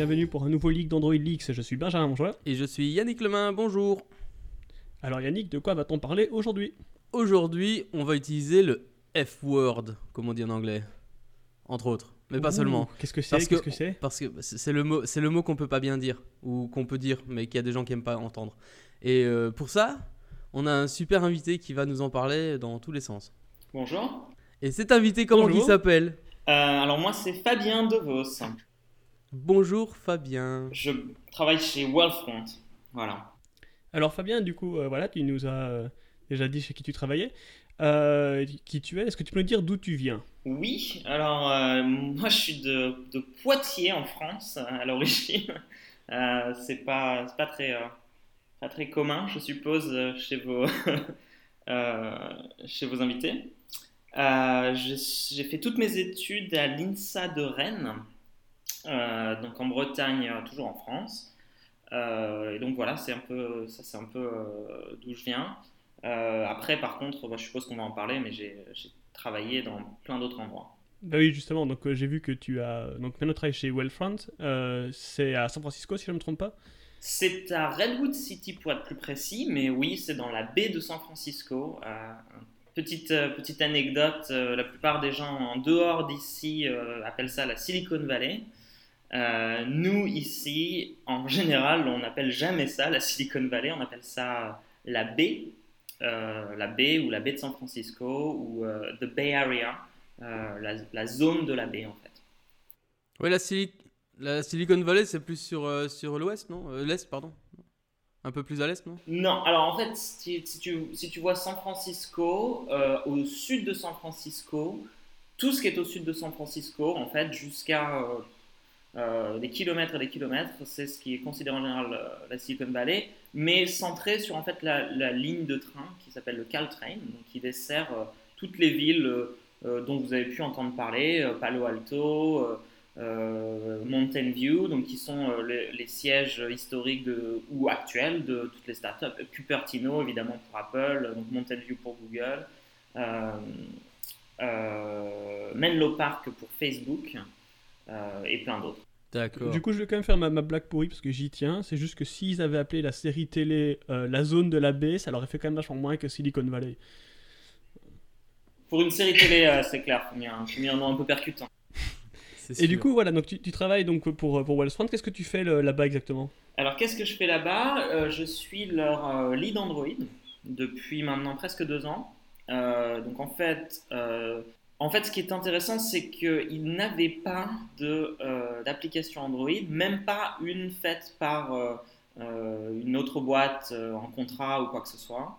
bienvenue pour un nouveau leak d'Android Leaks. Je suis Benjamin Monjoie. Et je suis Yannick Lemain, bonjour. Alors Yannick, de quoi va-t-on parler aujourd'hui ? Aujourd'hui, on va utiliser le F-word, comme on dit en anglais, entre autres, mais pas seulement. Qu'est-ce que c'est ? Parce que c'est le mot qu'on peut pas bien dire, ou qu'on peut dire, mais qu'il y a des gens qui aiment pas entendre. Et pour ça, on a un super invité qui va nous en parler dans tous les sens. Bonjour. Et cet invité, comment il s'appelle ? Alors moi, c'est Fabien Devos. Bonjour Fabien. Je travaille chez Wealthfront. Voilà. Alors Fabien, du coup, tu nous as déjà dit chez qui tu travaillais. Qui tu es ? Est-ce que tu peux nous dire d'où tu viens ? Oui, alors moi je suis de Poitiers en France à l'origine. C'est pas très commun, je suppose, chez vos invités. J'ai fait toutes mes études à l'INSA de Rennes, donc en Bretagne, toujours en France. Et donc voilà, c'est un peu d'où je viens. Après, par contre, je suppose qu'on va en parler, mais j'ai travaillé dans plein d'autres endroits. Bah oui, justement, donc j'ai vu que tu as maintenant travaillé chez Wealthfront. C'est à San Francisco, si je ne me trompe pas. C'est à Redwood City pour être plus précis, mais oui, c'est dans la baie de San Francisco. Petite anecdote, la plupart des gens en dehors d'ici appellent ça la Silicon Valley. Nous, ici, en général, on n'appelle jamais ça la Silicon Valley, on appelle ça la baie ou la baie de San Francisco ou the Bay Area, la zone de la baie en fait. Oui, la Silicon Valley, c'est plus sur l'ouest, non ? L'est, pardon. Un peu plus à l'est, non ? Non, alors en fait, si tu vois San Francisco, au sud de San Francisco, tout ce qui est au sud de San Francisco, en fait, jusqu'à des kilomètres et des kilomètres, c'est ce qui est considéré en général la Silicon Valley, mais centré sur en fait la ligne de train qui s'appelle le Caltrain, donc qui dessert toutes les villes dont vous avez pu entendre parler, Palo Alto, Mountain View, donc qui sont les sièges historiques ou actuels de toutes les startups, Cupertino évidemment pour Apple, donc Mountain View pour Google, Menlo Park pour Facebook et plein d'autres. D'accord. Du coup, je vais quand même faire ma blague pourrie parce que j'y tiens. C'est juste que s'ils avaient appelé la série télé La Zone de la Baie, ça leur aurait fait quand même vachement moins que Silicon Valley. Pour une série télé, c'est clair, faut mis un nom un peu percutant. Et du coup, voilà, donc tu travailles donc pour Wealthfront. Qu'est-ce que tu fais là-bas exactement ? Alors, qu'est-ce que je fais là-bas ? Je suis leur lead Android depuis maintenant presque 2 ans. Donc en fait, ce qui est intéressant, c'est qu'ils n'avaient pas d'application Android, même pas une faite par une autre boîte en contrat ou quoi que ce soit.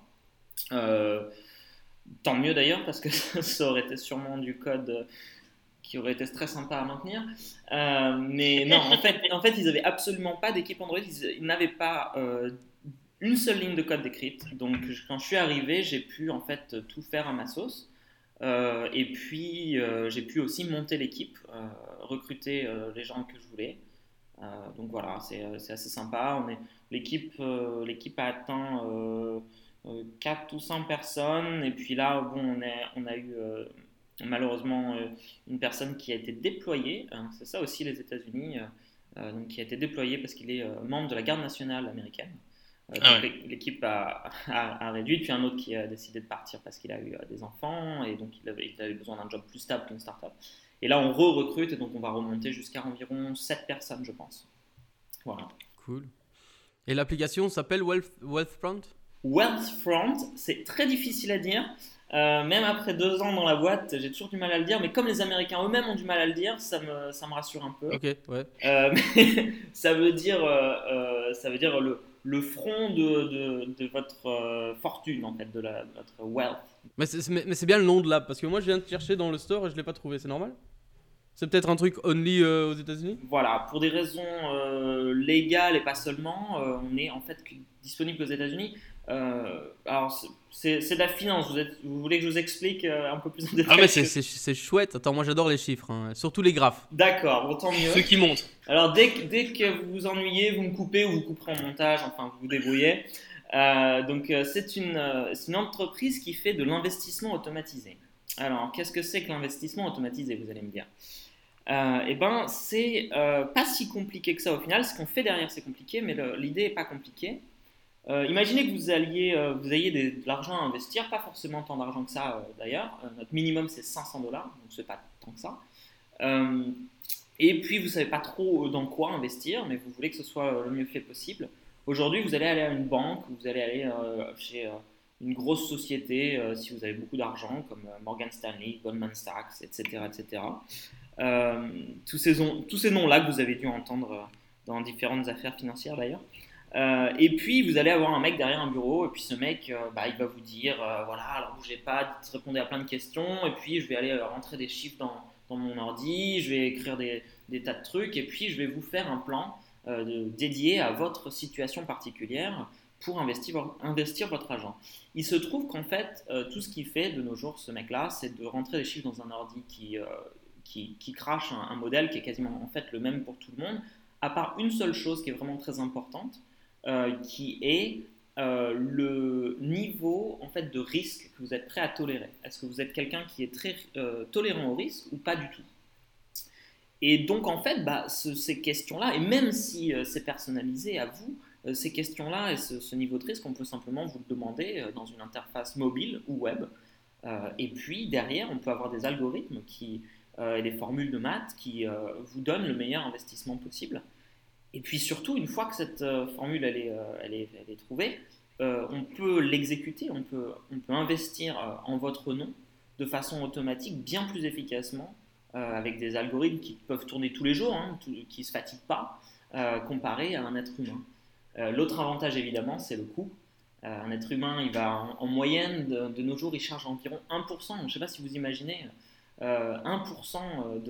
Tant mieux d'ailleurs, parce que ça aurait été sûrement du code qui aurait été très sympa à maintenir. Mais non, en fait, ils n'avaient absolument pas d'équipe Android. Ils n'avaient pas une seule ligne de code décrite. Donc, quand je suis arrivé, j'ai pu en fait tout faire à ma sauce. Et puis, j'ai pu aussi monter l'équipe, recruter les gens que je voulais. Donc voilà, c'est assez sympa. L'équipe a atteint 4 ou 5 personnes. Et puis là, bon, on a eu malheureusement une personne qui a été déployée. C'est ça aussi les États-Unis, donc qui a été déployé parce qu'il est membre de la garde nationale américaine. L'équipe a réduit, puis un autre qui a décidé de partir parce qu'il a eu des enfants et donc il avait besoin d'un job plus stable qu'une start-up. Et là on recrute et donc on va remonter jusqu'à environ 7 personnes je pense. Voilà. Cool. Et l'application s'appelle Wealthfront ? Wealthfront, c'est très difficile à dire. Même après 2 ans dans la boîte, j'ai toujours du mal à le dire, mais comme les Américains eux-mêmes ont du mal à le dire, ça me rassure un peu. Ok, ouais. Mais ça veut dire le front de votre fortune, en fait, de votre wealth. Mais c'est bien le nom de l'app, parce que moi je viens de chercher dans le store et je l'ai pas trouvé, c'est normal ? C'est peut-être un truc only aux États-Unis ? Voilà, pour des raisons légales et pas seulement, on est en fait disponible aux États-Unis. Alors, c'est de la finance. Vous voulez que je vous explique un peu plus en détail ? Ah, mais c'est chouette. Attends, moi j'adore les chiffres, hein. Surtout les graphes. D'accord, bon, tant mieux. Ceux qui montent. Alors, dès que vous vous ennuyez, vous me coupez ou vous couperez en montage, enfin, vous vous débrouillez. Donc, c'est une entreprise qui fait de l'investissement automatisé. Alors, qu'est-ce que c'est que l'investissement automatisé, vous allez me dire ? Et ben, c'est pas si compliqué que ça au final. Ce qu'on fait derrière, c'est compliqué, mais l'idée est pas compliquée. Imaginez que vous ayez de l'argent à investir, pas forcément tant d'argent que ça d'ailleurs. Notre minimum c'est $500, donc c'est pas tant que ça. Euh, et puis vous savez pas trop dans quoi investir, mais vous voulez que ce soit le mieux fait possible. Aujourd'hui, vous allez aller à une banque, vous allez aller chez une grosse société si vous avez beaucoup d'argent, comme Morgan Stanley, Goldman Sachs, etc., etc. Tous ces noms-là que vous avez dû entendre dans différentes affaires financières d'ailleurs. Et puis vous allez avoir un mec derrière un bureau, et puis ce mec, il va vous dire, voilà, alors bougez pas, répondez à plein de questions, et puis je vais aller rentrer des chiffres dans mon ordi, je vais écrire des tas de trucs, et puis je vais vous faire un plan dédié à votre situation particulière pour investir votre argent. Il se trouve qu'en fait, tout ce qu'il fait de nos jours, ce mec-là, c'est de rentrer des chiffres dans un ordi qui crache un modèle qui est quasiment en fait le même pour tout le monde, à part une seule chose qui est vraiment très importante, qui est le niveau en fait de risque que vous êtes prêt à tolérer. Est-ce que vous êtes quelqu'un qui est très tolérant au risque ou pas du tout? Et donc en fait, ces questions-là, et même si c'est personnalisé à vous, ces questions-là et ce niveau de risque, on peut simplement vous le demander dans une interface mobile ou web. Et puis derrière, on peut avoir des algorithmes et des formules de maths qui vous donnent le meilleur investissement possible. Et puis surtout, une fois que cette formule elle est trouvée, on peut l'exécuter, on peut investir en votre nom de façon automatique, bien plus efficacement, avec des algorithmes qui peuvent tourner tous les jours, qui ne se fatiguent pas, comparé à un être humain. L'autre avantage, évidemment, c'est le coût. Un être humain, il va en moyenne, de nos jours, il charge environ 1%. Je ne sais pas si vous imaginez, 1% de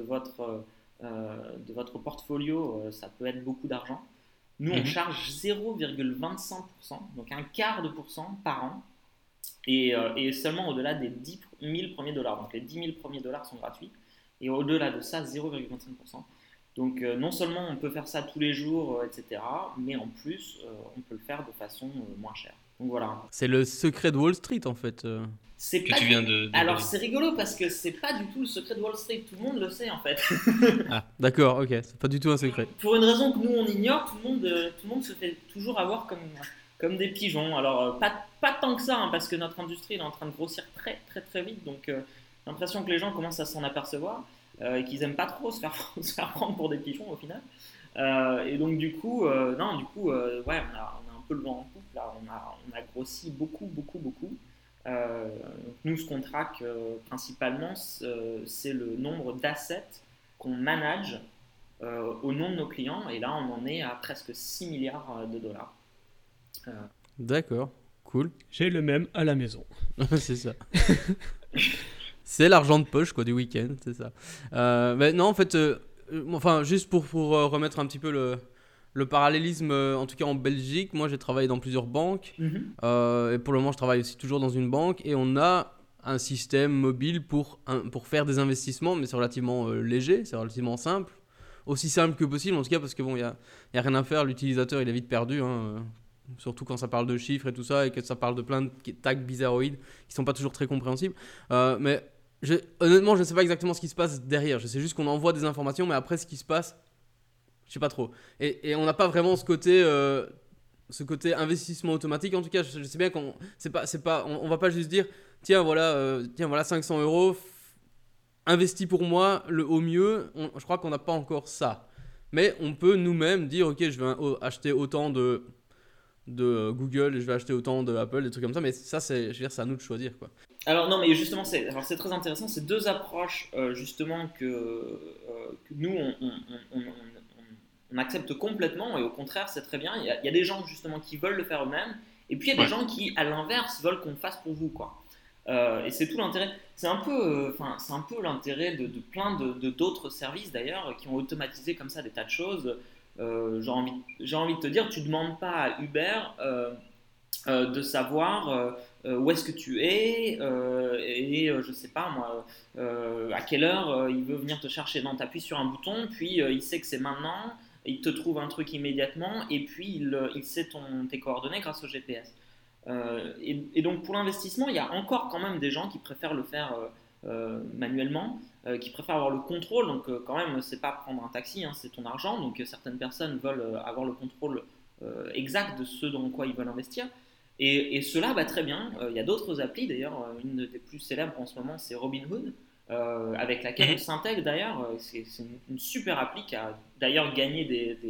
votre portfolio, ça peut être beaucoup d'argent. Nous, on charge 0,25%, donc un quart de pourcent par an, et seulement au-delà des 10 000 premiers dollars. Donc les 10 000 premiers dollars sont gratuits, et au-delà de ça, 0,25%. Donc non seulement on peut faire ça tous les jours, etc., mais en plus, on peut le faire de façon moins chère. Donc voilà. C'est le secret de Wall Street en fait. C'est Que pas tu viens de Alors c'est rigolo parce que c'est pas du tout le secret de Wall Street, tout le monde le sait en fait. Ah, d'accord, ok, c'est pas du tout un secret. Pour une raison que nous on ignore, tout le monde se fait toujours avoir comme des pigeons. Alors pas tant que ça, parce que notre industrie est en train de grossir très très très vite, donc j'ai l'impression que les gens commencent à s'en apercevoir et qu'ils aiment pas trop se faire prendre pour des pigeons au final. Et donc du coup, ouais, on a un peu le vent en poupe là, on a grossi beaucoup. Nous, ce qu'on traque principalement, c'est le nombre d'assets qu'on manage au nom de nos clients. Et là, on en est à presque 6 milliards de dollars. D'accord, cool. J'ai le même à la maison. C'est ça. C'est l'argent de poche quoi, du week-end, c'est ça. Mais non, en fait, enfin, juste pour remettre un petit peu le parallélisme, en tout cas en Belgique, moi j'ai travaillé dans plusieurs banques et pour le moment je travaille aussi toujours dans une banque et on a un système mobile pour faire des investissements, mais c'est relativement léger, c'est relativement simple, aussi simple que possible en tout cas parce que bon, il y a rien à faire, l'utilisateur il est vite perdu, surtout quand ça parle de chiffres et tout ça et que ça parle de plein de tags bizarroïdes qui sont pas toujours très compréhensibles, mais honnêtement je ne sais pas exactement ce qui se passe derrière, je sais juste qu'on envoie des informations, mais après ce qui se passe je sais pas trop. Et on n'a pas vraiment ce côté investissement automatique. En tout cas, je sais bien qu'on on va pas juste dire tiens voilà 500 €, investis pour moi au mieux. Je crois qu'on n'a pas encore ça. Mais on peut nous-mêmes dire ok, je vais acheter autant de Google et je vais acheter autant de Apple, des trucs comme ça. Mais ça, c'est à nous de choisir quoi. Alors non, mais justement, c'est très intéressant. C'est deux approches justement que nous on accepte complètement, et au contraire c'est très bien. Il y a des gens justement qui veulent le faire eux-mêmes, et puis il y a des gens qui à l'inverse veulent qu'on le fasse pour vous quoi. Et c'est tout l'intérêt, c'est un peu l'intérêt de plein d'autres services d'ailleurs qui ont automatisé comme ça des tas de choses. J'ai envie de te dire, tu demandes pas à Uber de savoir où est-ce que tu es et je sais pas moi à quelle heure il veut venir te chercher. Non, tu appuies sur un bouton, puis il sait que c'est maintenant, il te trouve un truc immédiatement, et puis il sait tes coordonnées grâce au GPS. Et donc pour l'investissement, il y a encore quand même des gens qui préfèrent le faire manuellement, qui préfèrent avoir le contrôle. Donc quand même, c'est pas prendre un taxi, hein, c'est ton argent. Donc certaines personnes veulent avoir le contrôle exact de ce dans quoi ils veulent investir. Et cela va très bien. Il y a d'autres applis d'ailleurs. Une des plus célèbres en ce moment, c'est Robinhood, avec laquelle on s'intègre d'ailleurs. C'est une super appli qui a d'ailleurs gagné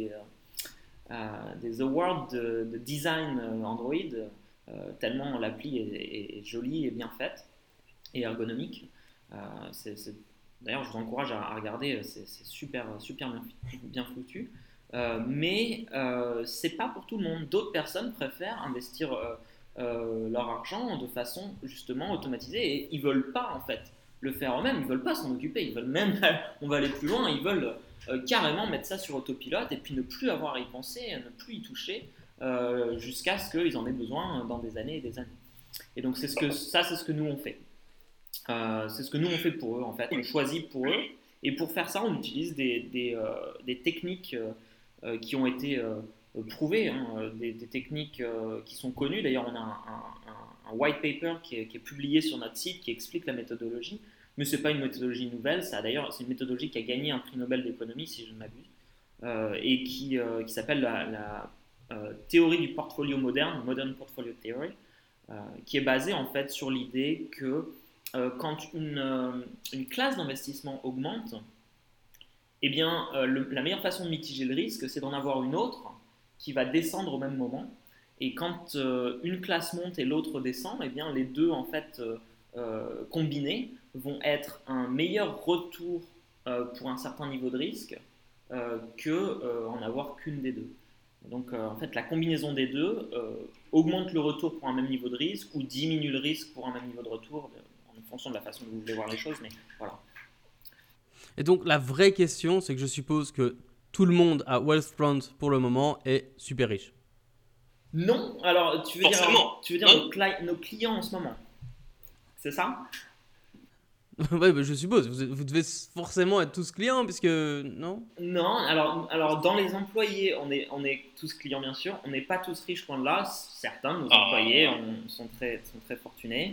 des awards de design Android, tellement l'appli est jolie et bien faite et ergonomique. D'ailleurs, je vous encourage à regarder, c'est super, super bien foutu. Mais c'est pas pour tout le monde. D'autres personnes préfèrent investir leur argent de façon justement automatisée et ils veulent pas en fait le faire eux-mêmes, ils veulent pas s'en occuper, ils veulent même, on va aller plus loin, ils veulent carrément mettre ça sur autopilote et puis ne plus avoir à y penser, ne plus y toucher jusqu'à ce qu'ils en aient besoin dans des années et des années. Et donc c'est ce que nous on fait. C'est ce que nous on fait pour eux en fait, on choisit pour eux et pour faire ça on utilise des techniques qui ont été prouvées, hein, des techniques qui sont connues. D'ailleurs on a un white paper qui est publié sur notre site qui explique la méthodologie, mais ce n'est pas une méthodologie nouvelle, d'ailleurs c'est une méthodologie qui a gagné un prix Nobel d'économie si je ne m'abuse, et qui s'appelle la théorie du portfolio moderne, Modern Portfolio Theory, qui est basée en fait sur l'idée que quand une classe d'investissement augmente, eh bien, la meilleure façon de mitiger le risque, c'est d'en avoir une autre qui va descendre au même moment. Et quand une classe monte et l'autre descend, eh bien, les deux en fait combinés vont être un meilleur retour pour un certain niveau de risque qu'en avoir qu'une des deux. Donc en fait, la combinaison des deux augmente le retour pour un même niveau de risque ou diminue le risque pour un même niveau de retour, en fonction de la façon dont vous voulez voir les choses. Mais voilà. Et donc la vraie question, c'est que je suppose que tout le monde à Wealthfront pour le moment est super riche. Non, alors tu veux dire nos clients en ce moment, c'est ça? Ouais, bah, je suppose, vous devez forcément être tous clients, puisque non? Non, alors dans les employés, on est tous clients bien sûr, on n'est pas tous riches loin de là, certains de nos employés sont très fortunés.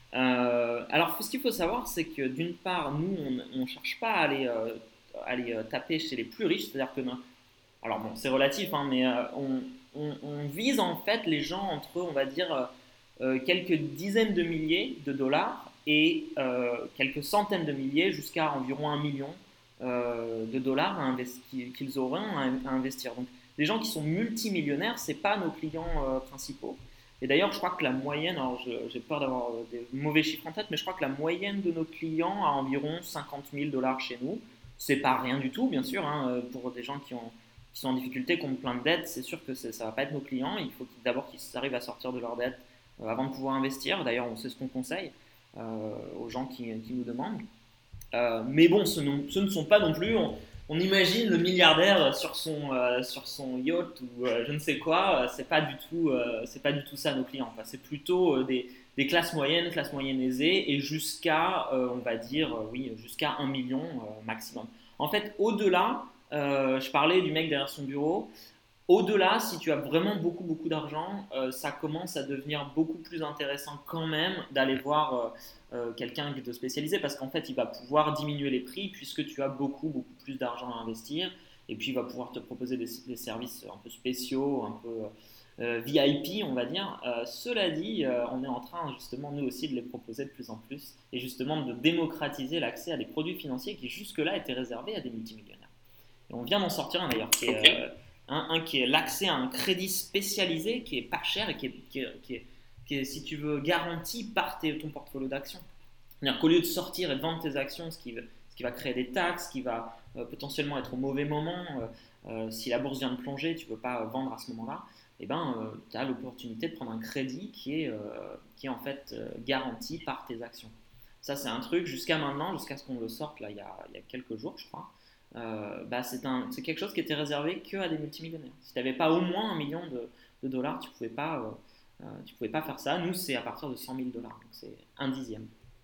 Alors ce qu'il faut savoir, c'est que d'une part, nous, on ne cherche pas à aller taper chez les plus riches, c'est-à-dire que, alors bon, c'est relatif, hein, mais on vise en fait les gens entre, on va dire, quelques dizaines de milliers de dollars et quelques centaines de milliers jusqu'à environ 1 million de dollars qu'ils auront à investir. Donc, les gens qui sont multimillionnaires, ce n'est pas nos clients principaux. Et d'ailleurs, je crois que la moyenne, alors j'ai peur d'avoir des mauvais chiffres en tête, mais je crois que la moyenne de nos clients a environ 50 000 dollars chez nous. C'est pas rien du tout, bien sûr, hein, pour des gens qui sont en difficulté, qui ont plein de dettes, c'est sûr que ça ne va pas être nos clients. Il faut d'abord qu'ils arrivent à sortir de leurs dettes avant de pouvoir investir. D'ailleurs, c'est ce qu'on conseille aux gens qui nous demandent. Mais bon, ce ne sont pas non plus... On imagine le milliardaire sur son yacht ou je ne sais quoi. C'est pas du tout ça nos clients. Enfin, c'est plutôt des classes moyennes aisées et jusqu'à, on va dire, jusqu'à 1 million maximum. En fait, au-delà, je parlais du mec derrière son bureau. Au-delà, si tu as vraiment beaucoup, beaucoup d'argent, ça commence à devenir beaucoup plus intéressant quand même d'aller voir quelqu'un qui est spécialisé parce qu'en fait, il va pouvoir diminuer les prix puisque tu as beaucoup, beaucoup plus d'argent à investir et puis il va pouvoir te proposer des services un peu spéciaux, un peu VIP, on va dire. Cela dit, on est en train justement, nous aussi, de les proposer de plus en plus et justement de démocratiser l'accès à des produits financiers qui jusque-là étaient réservés à des multimillionnaires. Et on vient d'en sortir un d'ailleurs qui est... qui est l'accès à un crédit spécialisé qui est pas cher et qui est, si tu veux, garanti par ton portfolio d'actions. C'est-à-dire qu'au lieu de sortir et de vendre tes actions, ce qui va créer des taxes, qui va potentiellement être au mauvais moment, si la bourse vient de plonger, tu ne peux pas vendre à ce moment-là, tu as l'opportunité de prendre un crédit qui est en fait garanti par tes actions. Ça, c'est un truc jusqu'à maintenant, jusqu'à ce qu'on le sorte là, il y a quelques jours, je crois. C'est quelque chose qui était réservé que à des multimillionnaires. Si tu n'avais pas au moins 1 million de dollars, tu pouvais pas faire ça. Nous, c'est à partir de 100 000 dollars, donc c'est 1/10.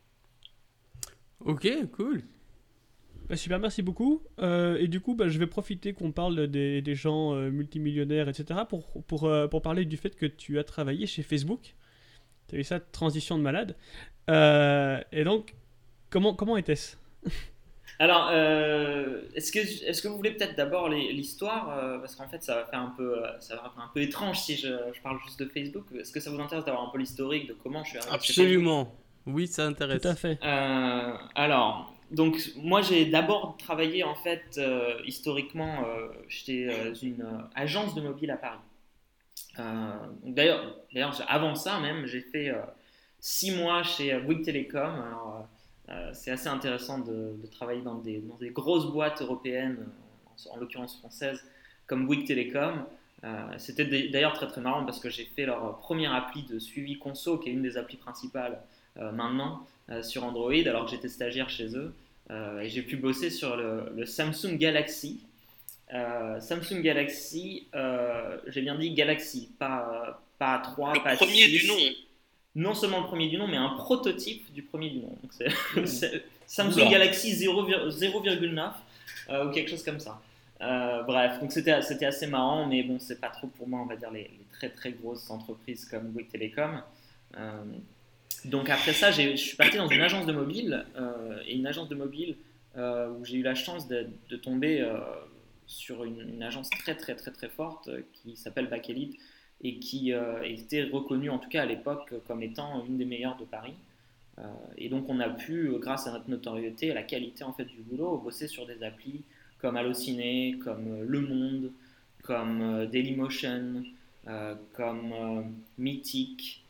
Ok, cool. Super, merci beaucoup. Et du coup, je vais profiter qu'on parle des gens multimillionnaires, etc. pour parler du fait que tu as travaillé chez Facebook. Tu as eu ça, transition de malade. Et donc, Comment était-ce? Alors, est-ce que vous voulez peut-être d'abord l'histoire, parce qu'en fait ça va faire ça va faire un peu étrange si je parle juste de Facebook. Est-ce que ça vous intéresse d'avoir un peu l'historique de comment je suis arrivé chez Facebook? Absolument. Oui, ça intéresse. Tout à fait. Alors, donc moi j'ai d'abord travaillé en fait historiquement chez une agence de mobile à Paris. D'ailleurs, avant ça même, j'ai fait 6 mois chez Bouygues Telecom. Alors, c'est assez intéressant de travailler dans des grosses boîtes européennes, en l'occurrence françaises, comme Bouygues Telecom. C'était d'ailleurs très très marrant parce que j'ai fait leur première appli de suivi conso, qui est une des applis principales maintenant sur Android, alors que j'étais stagiaire chez eux. Et j'ai pu bosser sur le Samsung Galaxy. Samsung Galaxy, j'ai bien dit Galaxy, pas 3, pas 6. Le premier du nom. Non seulement le premier du nom, mais un prototype du premier du nom. Donc c'est Samsung Oula. Galaxy 0,9 ou quelque chose comme ça. Bref, donc c'était assez marrant, mais bon, c'est pas trop pour moi, on va dire, les très très grosses entreprises comme Bouygues Telecom. Donc après ça, je suis parti dans une agence de mobile, et une agence de mobile où j'ai eu la chance de tomber sur une agence très très très très forte qui s'appelle Bakelite et qui était reconnue en tout cas à l'époque comme étant une des meilleures de Paris. Et donc on a pu, grâce à notre notoriété, à la qualité en fait du boulot, bosser sur des applis comme Allociné, comme Le Monde, comme Dailymotion, comme Mythique,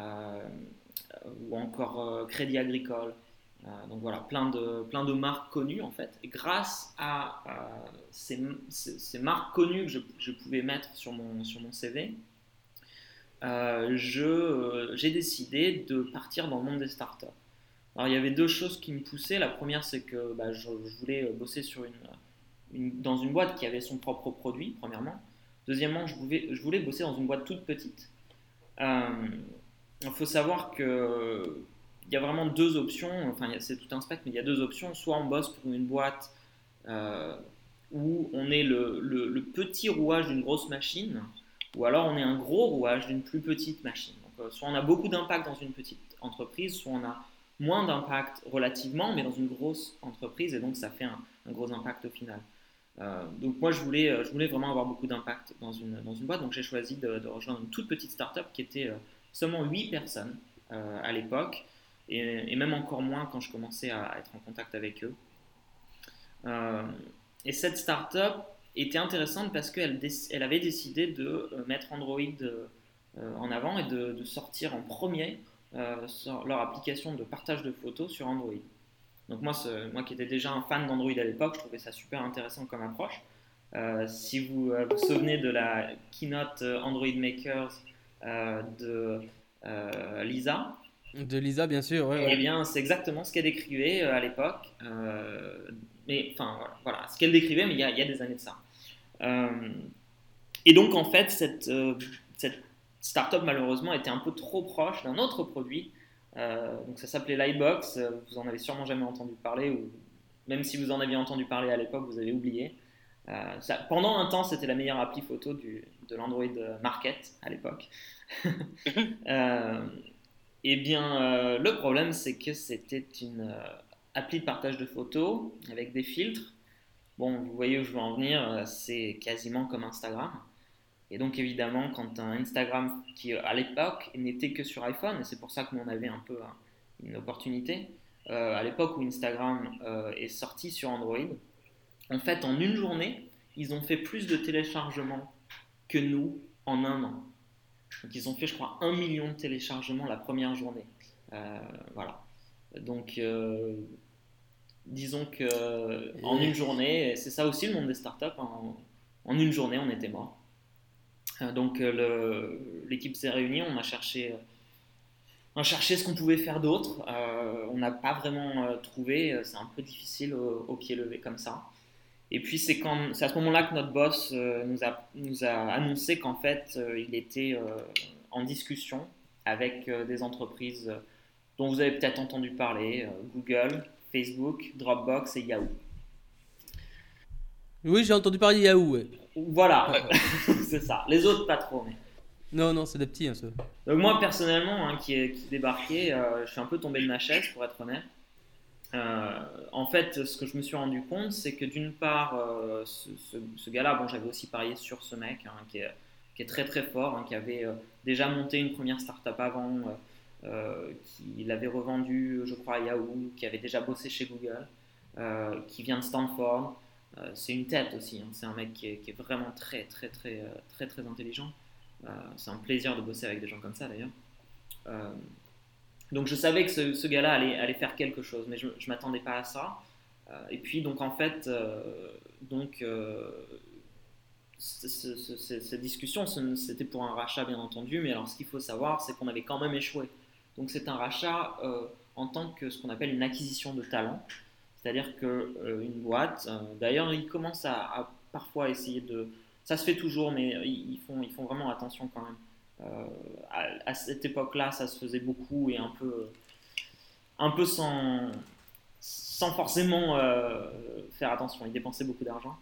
ou encore Crédit Agricole. Donc voilà, plein de marques connues en fait. Et grâce à ces marques connues que je pouvais mettre sur mon CV, j'ai décidé de partir dans le monde des startups. Alors il y avait deux choses qui me poussaient. La première, c'est que je voulais bosser dans une boîte qui avait son propre produit, premièrement. Deuxièmement, je voulais bosser dans une boîte toute petite. Il faut savoir que il y a vraiment deux options, enfin c'est tout un spectre, mais il y a deux options. Soit on bosse pour une boîte où on est le petit rouage d'une grosse machine, ou alors on est un gros rouage d'une plus petite machine. Donc, soit on a beaucoup d'impact dans une petite entreprise, soit on a moins d'impact relativement, mais dans une grosse entreprise, et donc ça fait un gros impact au final. Donc moi je voulais vraiment avoir beaucoup d'impact dans une boîte, donc j'ai choisi de rejoindre une toute petite start-up qui était seulement 8 personnes à l'époque, et même encore moins quand je commençais à être en contact avec eux. Et cette start-up était intéressante parce qu'elle avait décidé de mettre Android en avant et de sortir en premier sur leur application de partage de photos sur Android. Donc moi qui étais déjà un fan d'Android à l'époque, je trouvais ça super intéressant comme approche. Si vous vous souvenez de la keynote Android Makers de Lisa. De Lisa, bien sûr. Ouais. Eh bien, c'est exactement ce qu'elle décrivait à l'époque. Mais enfin, voilà, ce qu'elle décrivait, mais il y a des années de ça. Et donc, en fait, cette startup, malheureusement, était un peu trop proche d'un autre produit. Donc, ça s'appelait Lightbox. Vous en avez sûrement jamais entendu parler, ou même si vous en aviez entendu parler à l'époque, vous avez oublié. Pendant un temps, c'était la meilleure appli photo de l'Android Market à l'époque. Eh bien, le problème, c'est que c'était une appli de partage de photos avec des filtres. Bon, vous voyez où je veux en venir, c'est quasiment comme Instagram. Et donc, évidemment, quand un Instagram qui, à l'époque, n'était que sur iPhone, et c'est pour ça que nous, on avait un peu une opportunité, à l'époque où Instagram est sorti sur Android, en fait, en une journée, ils ont fait plus de téléchargements que nous en un an. Donc ils ont fait, je crois, 1 million de téléchargements la première journée. Voilà. Donc, disons qu'en une journée, et c'est ça aussi le monde des startups, en une journée, on était mort. Donc l'équipe s'est réunie, on a cherché ce qu'on pouvait faire d'autre. On n'a pas vraiment trouvé, c'est un peu difficile au pied levé comme ça. Et puis c'est à ce moment-là que notre boss nous a annoncé qu'en fait il était en discussion avec des entreprises dont vous avez peut-être entendu parler, Google, Facebook, Dropbox et Yahoo. Oui, j'ai entendu parler de Yahoo. Ouais. Voilà, c'est ça. Les autres pas trop. Mais... Non, c'est des petits. Hein, ça. Donc moi personnellement, qui débarquais, je suis un peu tombé de ma chaise pour être honnête. En fait, ce que je me suis rendu compte, c'est que d'une part, ce gars-là, bon, j'avais aussi parié sur ce mec qui est très très fort, qui avait déjà monté une première startup avant, qui l'avait revendu, je crois, à Yahoo, qui avait déjà bossé chez Google, qui vient de Stanford. C'est une tête aussi, c'est un mec qui est vraiment très très très très très intelligent. C'est un plaisir de bosser avec des gens comme ça d'ailleurs. Donc je savais que ce gars-là allait faire quelque chose, mais je ne m'attendais pas à ça. Et puis donc en fait, cette discussion, c'était pour un rachat bien entendu, mais alors ce qu'il faut savoir, c'est qu'on avait quand même échoué. Donc c'est un rachat en tant que ce qu'on appelle une acquisition de talent, c'est-à-dire qu'une boîte, d'ailleurs ils commencent à parfois essayer de... Ça se fait toujours, mais ils font vraiment attention quand même. À cette époque-là, ça se faisait beaucoup et un peu sans forcément faire attention. Ils dépensaient beaucoup d'argent.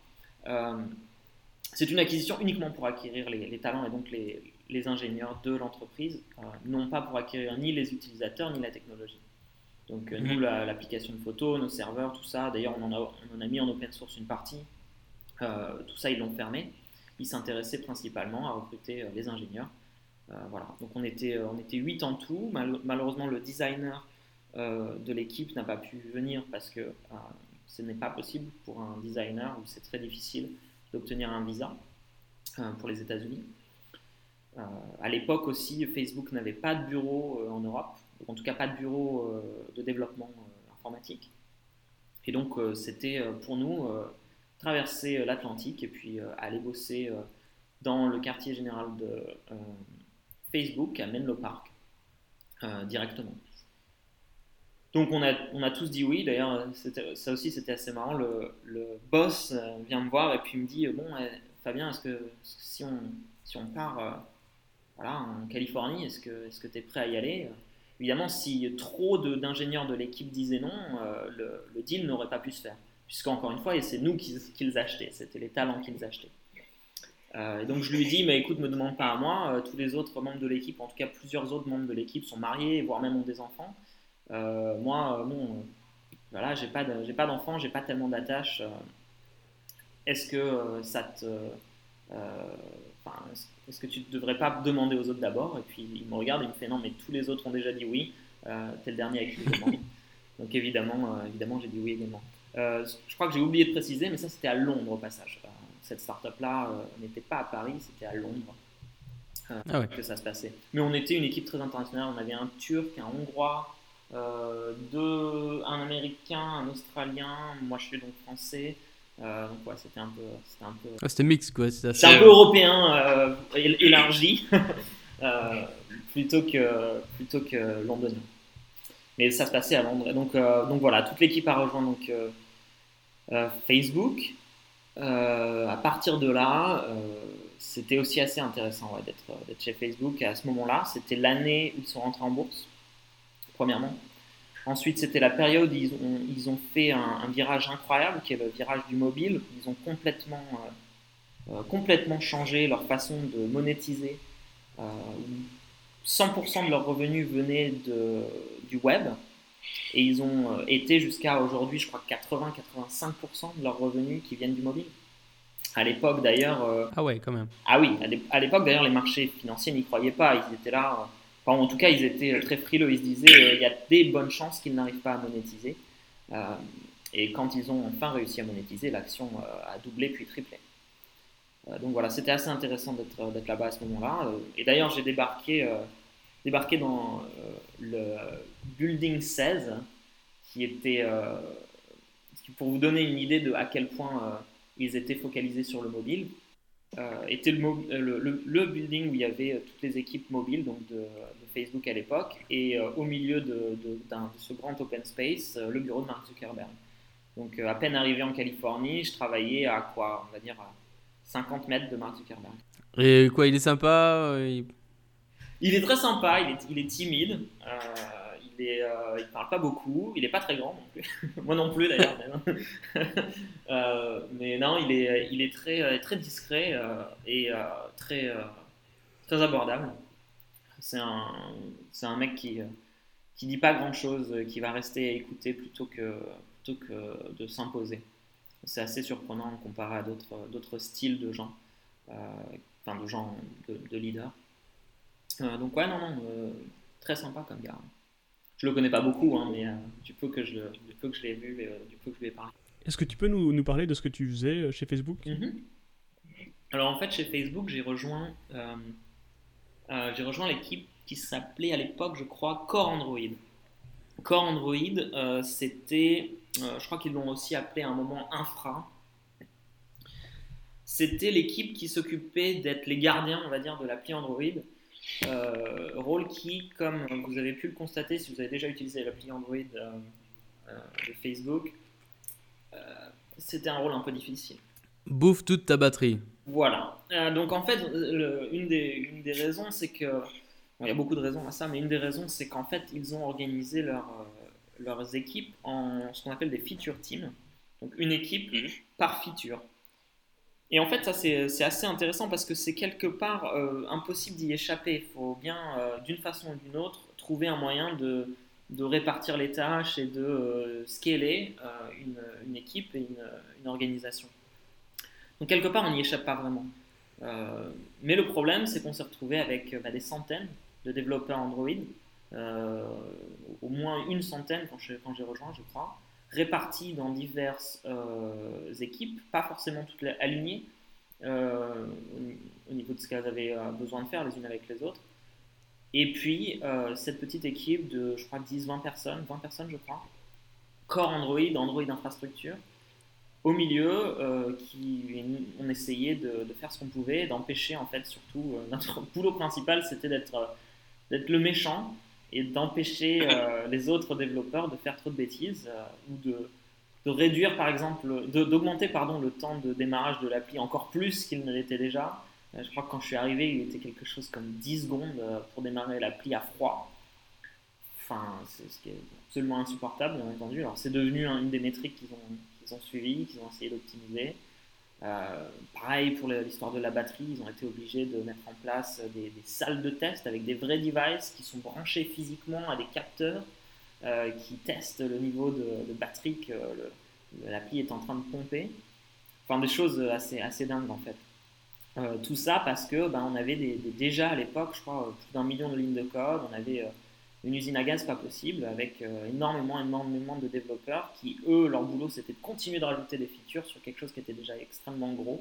C'est une acquisition uniquement pour acquérir les talents et donc les ingénieurs de l'entreprise, non pas pour acquérir ni les utilisateurs ni la technologie. Donc nous, l'application de photo, nos serveurs, tout ça, d'ailleurs on en a mis en open source une partie, tout ça ils l'ont fermé. Ils s'intéressaient principalement à recruter les ingénieurs. Voilà. Donc on était 8 en tout. Malheureusement, le designer de l'équipe n'a pas pu venir parce que ce n'est pas possible pour un designer, où c'est très difficile d'obtenir un visa pour les États-Unis. À l'époque aussi, Facebook n'avait pas de bureau en Europe, en tout cas pas de bureau de développement informatique. Et donc c'était pour nous traverser l'Atlantique et puis aller bosser dans le quartier général de Facebook à Menlo Park directement. Donc on a tous dit oui. D'ailleurs, ça aussi c'était assez marrant. Le boss vient me voir et puis me dit bon, Fabien, est-ce que si on part voilà, en Californie, est-ce que tu es prêt à y aller? Évidemment, si trop d'ingénieurs de l'équipe disaient non, le deal n'aurait pas pu se faire. Puisqu'encore une fois, c'est nous qui les achetaient, c'était les talents qu'ils achetaient. Et donc je lui ai dit, mais écoute, me demande pas à moi, tous les autres membres de l'équipe, en tout cas plusieurs autres membres de l'équipe sont mariés, voire même ont des enfants. Moi, bon, voilà, j'ai pas d'enfants, j'ai pas tellement d'attaches. Est-ce que est-ce que tu ne devrais pas demander aux autres d'abord? Et puis il me regarde et il me fait non, mais tous les autres ont déjà dit oui, t'es le dernier à qui je demande. Donc évidemment, j'ai dit oui également. Je crois que j'ai oublié de préciser, mais ça c'était à Londres au passage. Cette start-up-là n'était pas à Paris, c'était à Londres que ça se passait. Mais on était une équipe très internationale, on avait un Turc, un Hongrois, un Américain, un Australien, moi je suis donc français. Donc ouais, c'était un peu c'était mix quoi. C'est un peu européen élargi plutôt que londonien. Mais ça se passait à Londres. Donc voilà, toute l'équipe a rejoint donc Facebook. À partir de là, c'était aussi assez intéressant d'être chez Facebook. À ce moment-là, c'était l'année où ils sont rentrés en bourse, premièrement. Ensuite, c'était la période où ils ont fait un virage incroyable, qui est le virage du mobile. Ils ont complètement changé leur façon de monétiser. 100% de leurs revenus venaient du web. Et ils ont été jusqu'à aujourd'hui, je crois, 80-85% de leurs revenus qui viennent du mobile. À l'époque, d'ailleurs... Ah ouais, quand même. Ah oui, à l'époque, d'ailleurs, les marchés financiers n'y croyaient pas. Ils étaient là... Enfin, en tout cas, ils étaient très frileux. Ils se disaient il y a des bonnes chances qu'ils n'arrivent pas à monétiser. Et quand ils ont enfin réussi à monétiser, l'action a doublé puis triplé. Donc voilà, c'était assez intéressant d'être là-bas à ce moment-là. Et d'ailleurs, j'ai débarqué dans le Building 16, qui était, pour vous donner une idée de à quel point ils étaient focalisés sur le mobile, était le building où il y avait toutes les équipes mobiles donc de Facebook à l'époque, et au milieu de ce grand open space, le bureau de Mark Zuckerberg. Donc à peine arrivé en Californie, je travaillais à quoi, on va dire, à 50 mètres de Mark Zuckerberg. Et quoi, il est sympa Il est très sympa, il est timide, il parle pas beaucoup, il est pas très grand non plus, moi non plus d'ailleurs. Mais non, il est très, très discret et très abordable. C'est un mec qui qui dit pas grand-chose, qui va rester à écouter plutôt que de s'imposer. C'est assez surprenant comparé à d'autres styles de gens, de gens, de leaders. Donc ouais, non, très sympa comme gars. Je le connais pas beaucoup, hein, mais du peu que je l'ai vu et du peu que je lui ai parlé. Est-ce que tu peux nous parler de ce que tu faisais chez Facebook? Alors en fait, chez Facebook, j'ai rejoint l'équipe qui s'appelait à l'époque, je crois, Core Android. Core Android, c'était, je crois qu'ils l'ont aussi appelé à un moment Infra. C'était l'équipe qui s'occupait d'être les gardiens, on va dire, de l'appli Android. Rôle qui, comme vous avez pu le constater si vous avez déjà utilisé l'appli Android de Facebook, c'était un rôle un peu difficile. Bouffe toute ta batterie. Voilà. Donc en fait, une des raisons, c'est que... Bon, il y a beaucoup de raisons à ça, mais une des raisons, c'est qu'en fait, ils ont organisé leurs équipes en ce qu'on appelle des feature teams. Donc une équipe par feature. Et en fait, ça c'est assez intéressant parce que c'est quelque part impossible d'y échapper. Il faut bien, d'une façon ou d'une autre, trouver un moyen de répartir les tâches et de scaler une équipe et une organisation. Donc quelque part, on n'y échappe pas vraiment. Mais le problème, c'est qu'on s'est retrouvé avec des centaines de développeurs Android, au moins une centaine quand j'ai rejoint, je crois, répartis dans diverses équipes, pas forcément toutes alignées au niveau de ce qu'elles avaient besoin de faire les unes avec les autres. Et puis, cette petite équipe de, je crois, 10-20 personnes, 20 personnes, je crois, Core Android, Android infrastructure, au milieu, on essayait de faire ce qu'on pouvait, d'empêcher, en fait, surtout, notre boulot principal, c'était d'être le méchant et d'empêcher les autres développeurs de faire trop de bêtises ou de réduire, par exemple, d'augmenter le temps de démarrage de l'appli encore plus qu'il ne l'était déjà. Je crois que quand je suis arrivé, il était quelque chose comme 10 secondes pour démarrer l'appli à froid. Enfin, c'est ce qui est absolument insupportable, bien entendu. Alors, c'est devenu une des métriques qu'ils ont suivies, qu'ils ont essayé d'optimiser. Pareil pour l'histoire de la batterie, ils ont été obligés de mettre en place des salles de test avec des vrais devices qui sont branchés physiquement à des capteurs qui testent le niveau de batterie que l'appli est en train de pomper. Enfin, des choses assez dingues en fait. Tout ça parce que on avait déjà à l'époque, je crois, plus d'1 million de lignes de code. On avait une usine à gaz pas possible avec énormément de développeurs qui, eux, leur boulot, c'était de continuer de rajouter des features sur quelque chose qui était déjà extrêmement gros,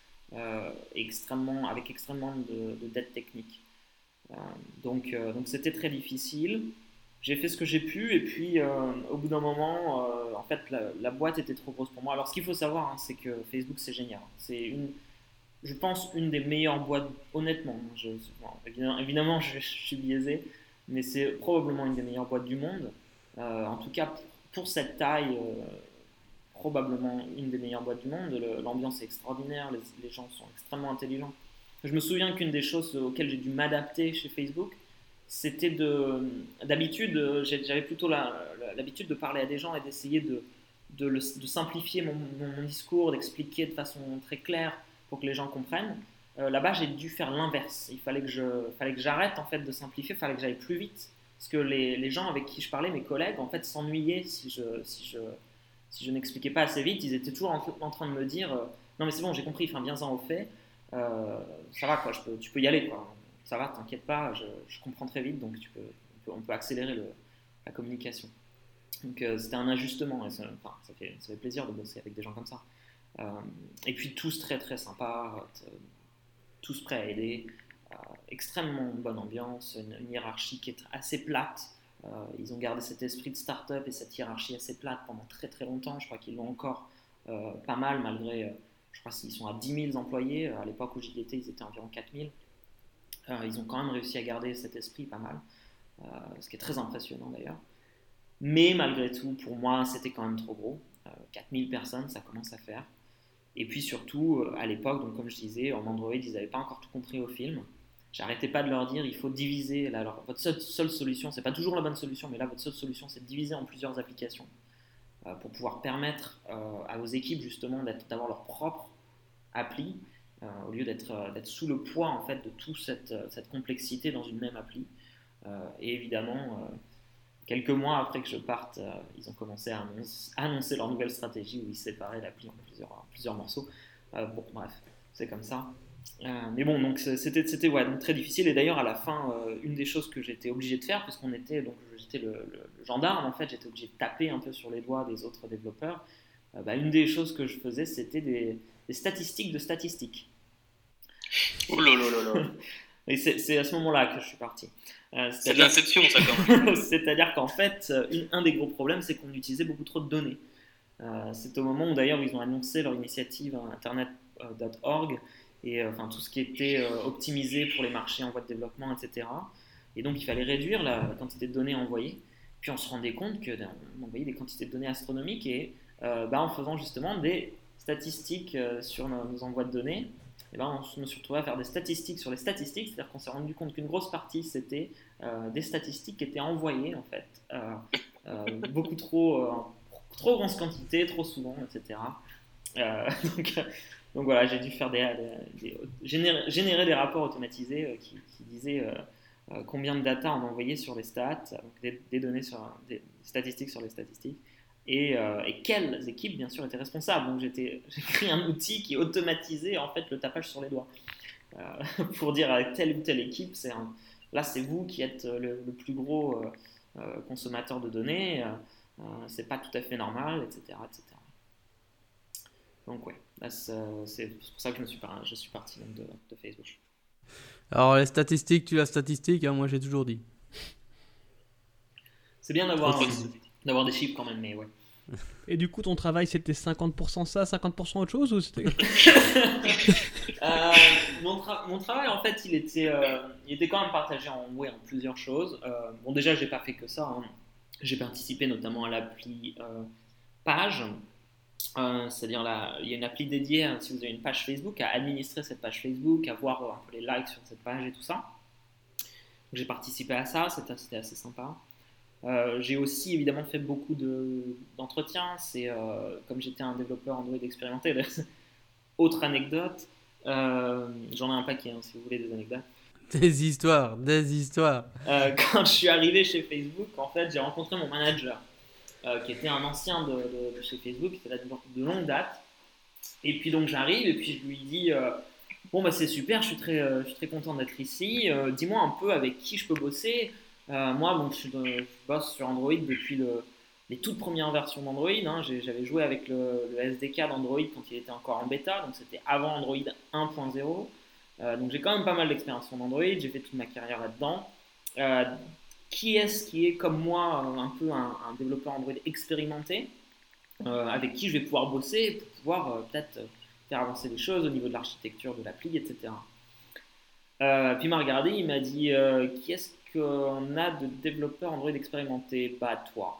avec extrêmement de dettes techniques. Donc c'était très difficile. J'ai fait ce que j'ai pu et puis au bout d'un moment, en fait, la boîte était trop grosse pour moi. Alors ce qu'il faut savoir, hein, c'est que Facebook, c'est génial. C'est je pense, une des meilleures boîtes, honnêtement. Évidemment, je suis biaisé, mais c'est probablement une des meilleures boîtes du monde. En tout cas, pour cette taille, probablement une des meilleures boîtes du monde. L'ambiance est extraordinaire, les gens sont extrêmement intelligents. Je me souviens qu'une des choses auxquelles j'ai dû m'adapter chez Facebook, c'était d'habitude, j'avais plutôt l'habitude de parler à des gens et d'essayer de simplifier mon discours, d'expliquer de façon très claire pour que les gens comprennent. Là-bas, j'ai dû faire l'inverse. Il fallait que j'arrête en fait de simplifier, il fallait que j'aille plus vite. Parce que les gens avec qui je parlais, mes collègues, en fait, s'ennuyaient si je n'expliquais pas assez vite. Ils étaient toujours en train de me dire non mais c'est bon, j'ai compris, enfin, viens-en au fait. Ça va quoi, tu peux y aller quoi. Ça va, t'inquiète pas, je comprends très vite, donc on peut accélérer la communication. Donc c'était un ajustement, et ça fait plaisir de bosser avec des gens comme ça. Et puis tous très très sympas, tous prêts à aider, extrêmement bonne ambiance, une hiérarchie qui est assez plate. Ils ont gardé cet esprit de start-up et cette hiérarchie assez plate pendant très très longtemps. Je crois qu'ils l'ont encore pas mal malgré, je crois qu'ils sont à 10 000 employés. À l'époque où j'y étais, ils étaient environ 4 000. Ils ont quand même réussi à garder cet esprit pas mal, ce qui est très impressionnant d'ailleurs. Mais malgré tout, pour moi, c'était quand même trop gros. 4000 personnes, ça commence à faire. Et puis surtout, à l'époque, donc comme je disais, en Android, ils n'avaient pas encore tout compris au film. J'arrêtais pas de leur dire, il faut diviser. Là, alors, votre seule solution, c'est pas toujours la bonne solution, mais là, votre seule solution, c'est de diviser en plusieurs applications pour pouvoir permettre à vos équipes justement d'avoir leur propre appli. Au lieu d'être sous le poids en fait de toute cette complexité dans une même appli. Et évidemment, quelques mois après que je parte, ils ont commencé à annoncer leur nouvelle stratégie où ils séparaient l'appli en plusieurs morceaux. Bon, bref, c'est comme ça. Mais bon, donc c'était ouais, donc très difficile. Et d'ailleurs, à la fin, une des choses que j'étais obligé de faire, puisqu'on était, donc j'étais le gendarme, en fait, j'étais obligé de taper un peu sur les doigts des autres développeurs. Une des choses que je faisais, c'était des statistiques de statistiques. Oh là là là là. Et c'est à ce moment-là que je suis parti. C'est de l'inception, ça, quand même. C'est-à-dire qu'en fait, un des gros problèmes, c'est qu'on utilisait beaucoup trop de données. C'est au moment où d'ailleurs ils ont annoncé leur initiative internet.org et enfin tout ce qui était optimisé pour les marchés en voie de développement, etc. Et donc il fallait réduire la quantité de données envoyées. Puis on se rendait compte qu'on envoyait des quantités de données astronomiques et en faisant justement des statistiques sur nos envois de données, et on se retrouvait à faire des statistiques sur les statistiques, c'est-à-dire qu'on s'est rendu compte qu'une grosse partie c'était des statistiques qui étaient envoyées en fait, beaucoup trop grande quantité, trop souvent, etc. Donc voilà, j'ai dû faire générer des rapports automatisés qui disaient combien de data on envoyait sur les stats, donc des données des statistiques sur les statistiques, et quelles équipes bien sûr étaient responsables. Donc j'ai créé un outil qui automatisait en fait le tapage sur les doigts pour dire à telle ou telle équipe, là c'est vous qui êtes le plus gros consommateur de données, c'est pas tout à fait normal, etc. Donc ouais, là, c'est pour ça que je suis parti donc, de Facebook. Alors les statistiques, tu as statistiques, moi j'ai toujours dit. C'est bien d'avoir des chiffres quand même, mais ouais. Et du coup, ton travail, c'était 50% ça, 50% autre chose ou c'était... Mon travail, en fait, il était quand même partagé en plusieurs choses. Bon, déjà, j'ai pas fait que ça. J'ai participé notamment à l'appli Page. C'est-à-dire, il y a une appli dédiée, si vous avez une page Facebook, à administrer cette page Facebook, à voir un peu les likes sur cette page et tout ça. Donc, j'ai participé à ça, c'était assez sympa. J'ai aussi évidemment fait beaucoup d'entretiens. Comme j'étais un développeur Android expérimenté. Autre anecdote, j'en ai un paquet si vous voulez des anecdotes. Des histoires. Quand je suis arrivé chez Facebook, en fait, j'ai rencontré mon manager, qui était un ancien de chez Facebook, qui était là de longue date. Et puis donc j'arrive et puis je lui dis bon c'est super, je suis très content d'être ici. Dis-moi un peu avec qui je peux bosser. Moi, bon, je bosse sur Android depuis les toutes premières versions d'Android. J'avais joué avec le SDK d'Android quand il était encore en bêta, donc c'était avant Android 1.0. Donc j'ai quand même pas mal d'expérience en Android, j'ai fait toute ma carrière là-dedans. Qui est-ce qui est comme moi un peu un développeur Android expérimenté, avec qui je vais pouvoir bosser pour pouvoir peut-être faire avancer les choses au niveau de l'architecture de l'appli, etc. Puis il m'a regardé, il m'a dit qui est-ce qu'on a de développeurs Android expérimentés? Toi.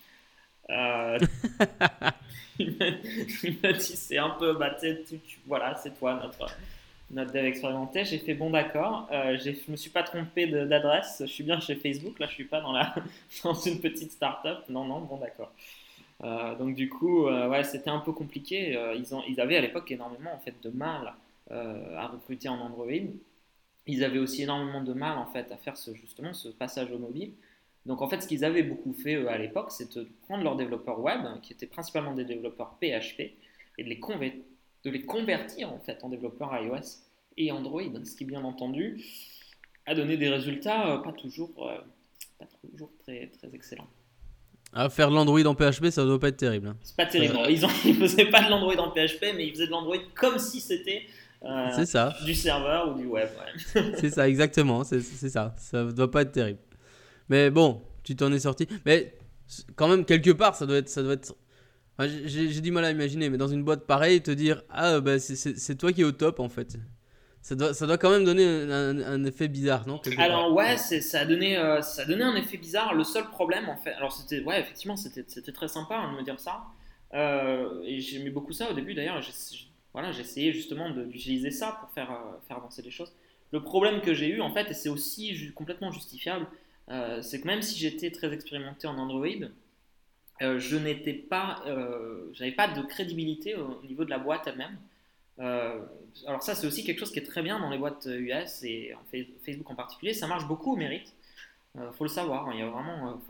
Il m'a dit c'est un peu voilà, c'est toi notre dev expérimenté. J'ai fait bon d'accord, je me suis pas trompé d'adresse, je suis bien chez Facebook, là je suis pas dans une petite start-up, non bon d'accord. Donc du coup ouais, c'était un peu compliqué. Ils avaient à l'époque énormément en fait de mal à recruter en Android. Ils avaient aussi énormément de mal en fait à faire ce passage au mobile. Donc en fait ce qu'ils avaient beaucoup fait à l'époque, c'est de prendre leurs développeurs web, qui étaient principalement des développeurs PHP, et de les convertir en fait en développeurs iOS et Android, ce qui bien entendu a donné des résultats pas toujours très, très excellents. Faire de l'Android en PHP, ça doit pas être terrible. C'est pas terrible. Ils faisaient pas de l'Android en PHP, mais ils faisaient de l'Android comme si c'était c'est ça. Du serveur ou du web. Ouais. C'est ça, exactement. C'est ça. Ça doit pas être terrible. Mais bon, tu t'en es sorti. Mais quand même, quelque part, ça doit être. Enfin, j'ai du mal à imaginer, mais dans une boîte pareille, te dire c'est toi qui es au top en fait. Ça doit quand même donner un effet bizarre, non? Alors ouais, ça a donné un effet bizarre. Le seul problème en fait, alors effectivement c'était très sympa de me dire ça. Et j'aimais beaucoup ça au début d'ailleurs. J'ai essayé justement d'utiliser ça pour faire avancer les choses. Le problème que j'ai eu en fait, et c'est aussi complètement justifiable, c'est que même si j'étais très expérimenté en Android, j'avais pas de crédibilité au niveau de la boîte elle-même. Alors ça c'est aussi quelque chose qui est très bien dans les boîtes US et Facebook en particulier, ça marche beaucoup au mérite, faut le savoir, il y a vraiment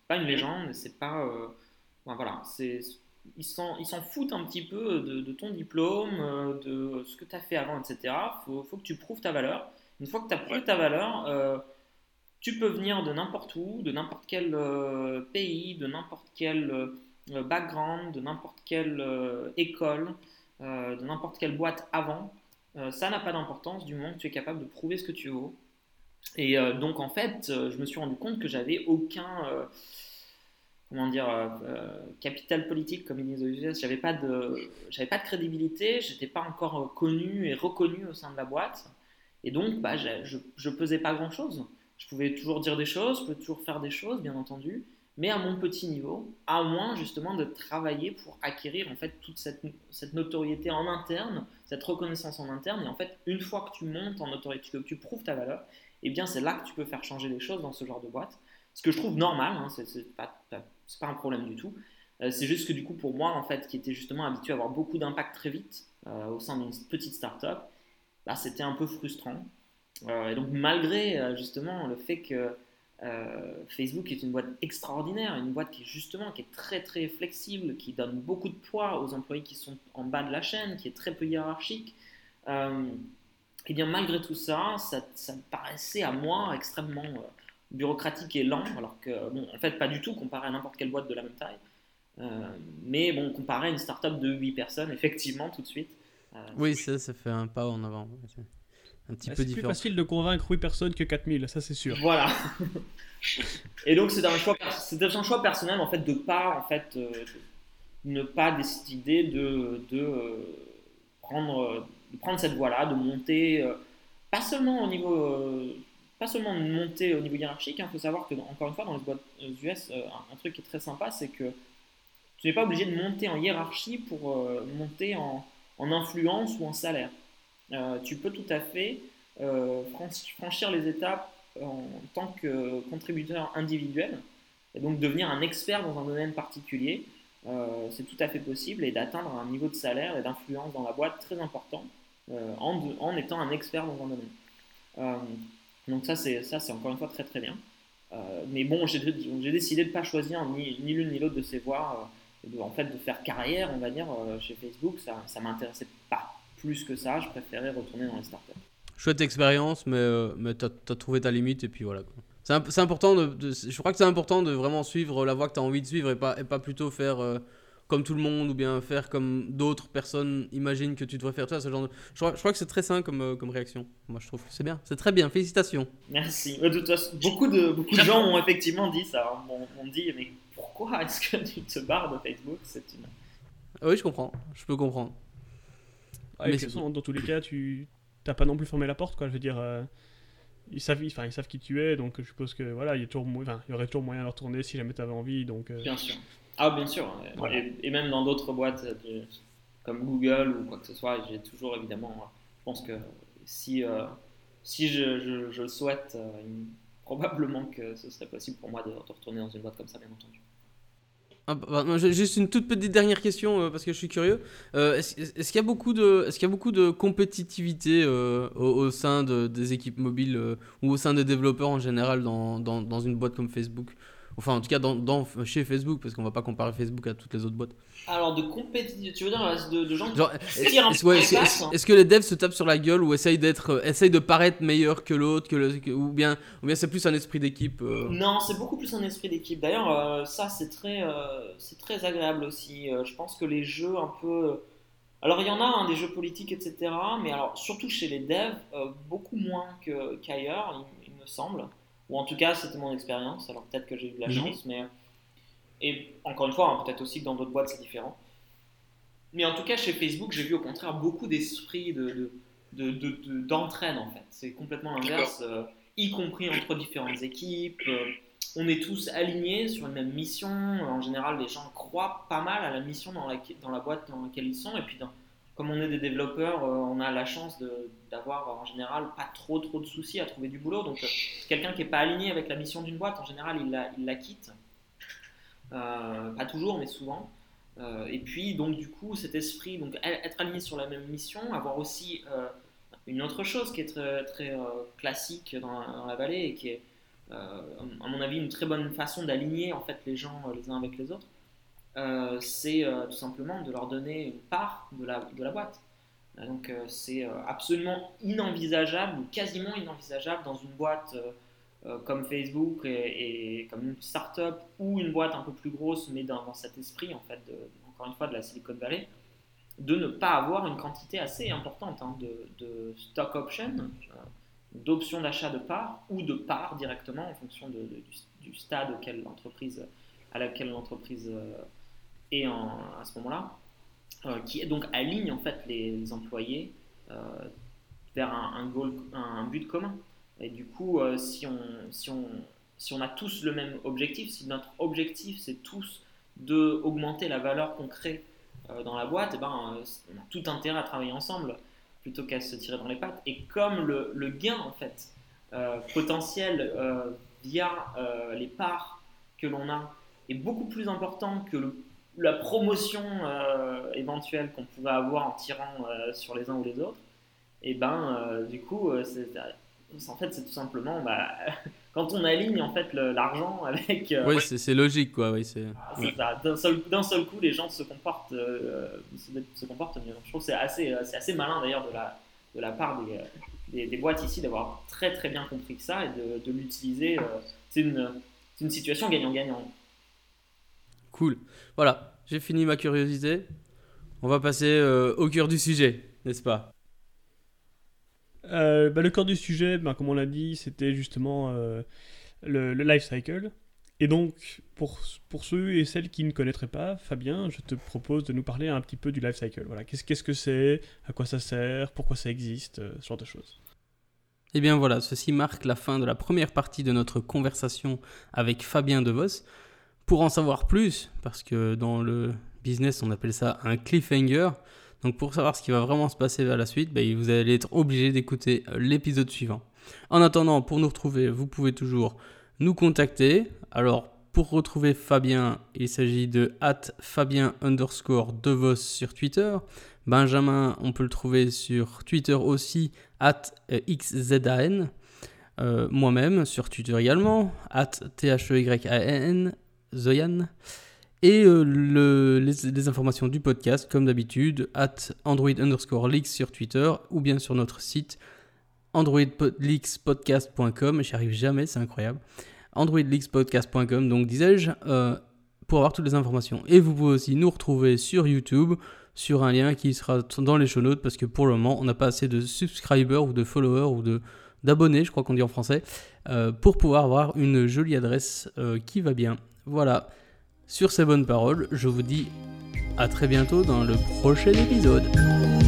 pas une légende, c'est pas, voilà, ils s'en foutent un petit peu de ton diplôme, de ce que tu as fait avant, etc. Faut que tu prouves ta valeur. Une fois que tu as prouvé ta valeur, tu peux venir de n'importe où, de n'importe quel pays, de n'importe quel background, de n'importe quelle école, de n'importe quelle boîte avant. Ça n'a pas d'importance du moment que tu es capable de prouver ce que tu vaux. Et donc en fait, je me suis rendu compte que j'avais aucun capital politique, comme ils disent aux US. J'avais pas de crédibilité, j'étais pas encore connu et reconnu au sein de la boîte. Et donc, je pesais pas grand-chose. Je pouvais toujours dire des choses, je pouvais toujours faire des choses, bien entendu, mais à mon petit niveau, à moins justement de travailler pour acquérir en fait toute cette notoriété en interne, cette reconnaissance en interne. Et en fait, une fois que tu montes en notoriété, que tu prouves ta valeur, eh bien c'est là que tu peux faire changer les choses dans ce genre de boîte. Ce que je trouve normal, hein, c'est pas un problème du tout. C'est juste que du coup, pour moi, en fait, qui était justement habitué à avoir beaucoup d'impact très vite au sein d'une petite start-up, c'était un peu frustrant. Et donc, malgré justement le fait que Facebook est une boîte extraordinaire, une boîte qui est très très flexible, qui donne beaucoup de poids aux employés qui sont en bas de la chaîne, qui est très peu hiérarchique, et bien malgré tout ça, ça me paraissait à moi extrêmement bureaucratique et lent, alors que, bon, en fait, pas du tout comparé à n'importe quelle boîte de la même taille. Mais bon, comparé à une start-up de 8 personnes, effectivement, tout de suite. Oui, ça fait un pas en avant. C'est un petit peu différent. C'est plus facile de convaincre 8 personnes que 4000, ça c'est sûr. Voilà. Et donc, c'est un choix personnel, en fait, de ne pas décider de prendre cette voie-là, de monter, pas seulement de monter au niveau hiérarchique. Il faut savoir que, encore une fois, dans les boîtes US, un truc qui est très sympa, c'est que tu n'es pas obligé de monter en hiérarchie pour monter en influence ou en salaire. Tu peux tout à fait franchir les étapes en tant que contributeur individuel et donc devenir un expert dans un domaine particulier. C'est tout à fait possible et d'atteindre un niveau de salaire et d'influence dans la boîte très important en étant un expert dans un domaine. Donc ça c'est encore une fois très très bien. Mais bon, j'ai décidé de ne pas choisir ni l'une ni l'autre de ces voies. En fait, de faire carrière, on va dire, chez Facebook, ça m'intéressait pas plus que ça. Je préférais retourner dans les startups. Chouette expérience, mais t'as trouvé ta limite et puis voilà. C'est important je crois que c'est important de vraiment suivre la voie que tu as envie de suivre et pas plutôt faire comme tout le monde ou bien faire comme d'autres personnes imaginent que tu devrais faire. Toi, ce genre je crois que c'est très sain comme réaction. Moi, je trouve que c'est bien. C'est très bien. Félicitations. Merci. De toute façon, beaucoup de gens m'ont effectivement dit ça. On me dit, mais pourquoi est-ce que tu te barres de Facebook? Oui, je comprends. Je peux comprendre. Mais dans tous les cas, tu n'as pas non plus fermé la porte, quoi. Je veux dire, ils savent qui tu es, donc je suppose que voilà, il y aurait toujours moyen de retourner si jamais tu avais envie. Donc, Bien sûr. Ah, bien sûr. Voilà. Et même dans d'autres boîtes comme Google ou quoi que ce soit, j'ai toujours évidemment. Je pense que si je souhaite, probablement que ce serait possible pour moi de retourner dans une boîte comme ça, bien entendu. Juste une toute petite dernière question parce que je suis curieux. Est-ce qu'il y a beaucoup de compétitivité au sein des équipes mobiles ou au sein des développeurs en général dans une boîte comme Facebook? Enfin, en tout cas, chez Facebook, parce qu'on va pas comparer Facebook à toutes les autres boîtes. Alors, de compétitivité, tu veux dire de gens genre, qui tirent un peu les passes, est-ce que les devs se tapent sur la gueule ou essayent de paraître meilleurs que l'autre ou bien c'est plus un esprit d'équipe Non, c'est beaucoup plus un esprit d'équipe. D'ailleurs, ça, c'est très agréable aussi. Je pense que les jeux un peu... Alors, il y en a des jeux politiques, etc. Mais alors, surtout chez les devs, beaucoup moins qu'ailleurs, il me semble. Ou en tout cas, c'était mon expérience. Alors peut-être que j'ai eu de la chance, mais... Et encore une fois, peut-être aussi que dans d'autres boîtes, c'est différent. Mais en tout cas, chez Facebook, j'ai vu au contraire beaucoup d'esprit d'entraide, en fait. C'est complètement l'inverse, y compris entre différentes équipes. On est tous alignés sur une même mission. En général, les gens croient pas mal à la mission dans la boîte dans laquelle ils sont. Et puis, comme on est des développeurs, on a la chance d'avoir en général pas trop de soucis à trouver du boulot. Donc, quelqu'un qui n'est pas aligné avec la mission d'une boîte, en général, il la quitte. Pas toujours, mais souvent. Et puis, donc, du coup, cet esprit, donc, être aligné sur la même mission, avoir aussi une autre chose qui est très, très classique dans la vallée et qui est à mon avis, une très bonne façon d'aligner en fait les gens les uns avec les autres, c'est tout simplement de leur donner une part de la boîte. Donc c'est absolument inenvisageable, ou quasiment inenvisageable dans une boîte comme Facebook et comme une start-up ou une boîte un peu plus grosse, mais dans cet esprit en fait, encore une fois, de la Silicon Valley, de ne pas avoir une quantité assez importante de stock options, d'options d'achat de parts ou de parts directement en fonction du stade à laquelle l'entreprise est à ce moment-là, qui donc aligne en fait les employés vers un but commun. Et du coup, si on a tous le même objectif, si notre objectif c'est tous d'augmenter la valeur qu'on crée dans la boîte, on a tout intérêt à travailler ensemble plutôt qu'à se tirer dans les pattes. Et comme le gain en fait potentiel via les parts que l'on a est beaucoup plus important que la promotion éventuelle qu'on pouvait avoir en tirant sur les uns ou les autres, et du coup en fait c'est tout simplement quand on aligne en fait l'argent avec oui, c'est logique quoi. Oui, c'est ça. D'un seul coup les gens se comportent mieux. Donc, je trouve que c'est assez malin d'ailleurs de la part des boîtes ici d'avoir très très bien compris que ça et de l'utiliser. C'est une situation gagnant-gagnant. Cool. Voilà, j'ai fini ma curiosité. On va passer au cœur du sujet, n'est-ce pas? Le cœur du sujet, comme on l'a dit, c'était justement le life cycle. Et donc, pour ceux et celles qui ne connaîtraient pas, Fabien, je te propose de nous parler un petit peu du life cycle. Voilà, qu'est-ce que c'est, à quoi ça sert, pourquoi ça existe, ce genre de choses. Et bien voilà, ceci marque la fin de la première partie de notre conversation avec Fabien DeVos. Pour en savoir plus, parce que dans le business on appelle ça un cliffhanger, donc pour savoir ce qui va vraiment se passer vers la suite, vous allez être obligé d'écouter l'épisode suivant. En attendant, pour nous retrouver, vous pouvez toujours nous contacter. Alors pour retrouver Fabien, il s'agit de @Fabien_DeVos sur Twitter. Benjamin, on peut le trouver sur Twitter aussi, @XZAN. Moi-même sur Twitter également, @THEYAN. Zoyan. Et les informations du podcast, comme d'habitude, @Android_Leaks sur Twitter ou bien sur notre site androidleakspodcast.com. J'y arrive jamais, c'est incroyable. androidleakspodcast.com, donc disais-je, pour avoir toutes les informations. Et vous pouvez aussi nous retrouver sur YouTube, sur un lien qui sera dans les show notes, parce que pour le moment, on n'a pas assez de subscribers ou de followers ou d'abonnés, je crois qu'on dit en français, pour pouvoir avoir une jolie adresse qui va bien. Voilà, sur ces bonnes paroles, je vous dis à très bientôt dans le prochain épisode.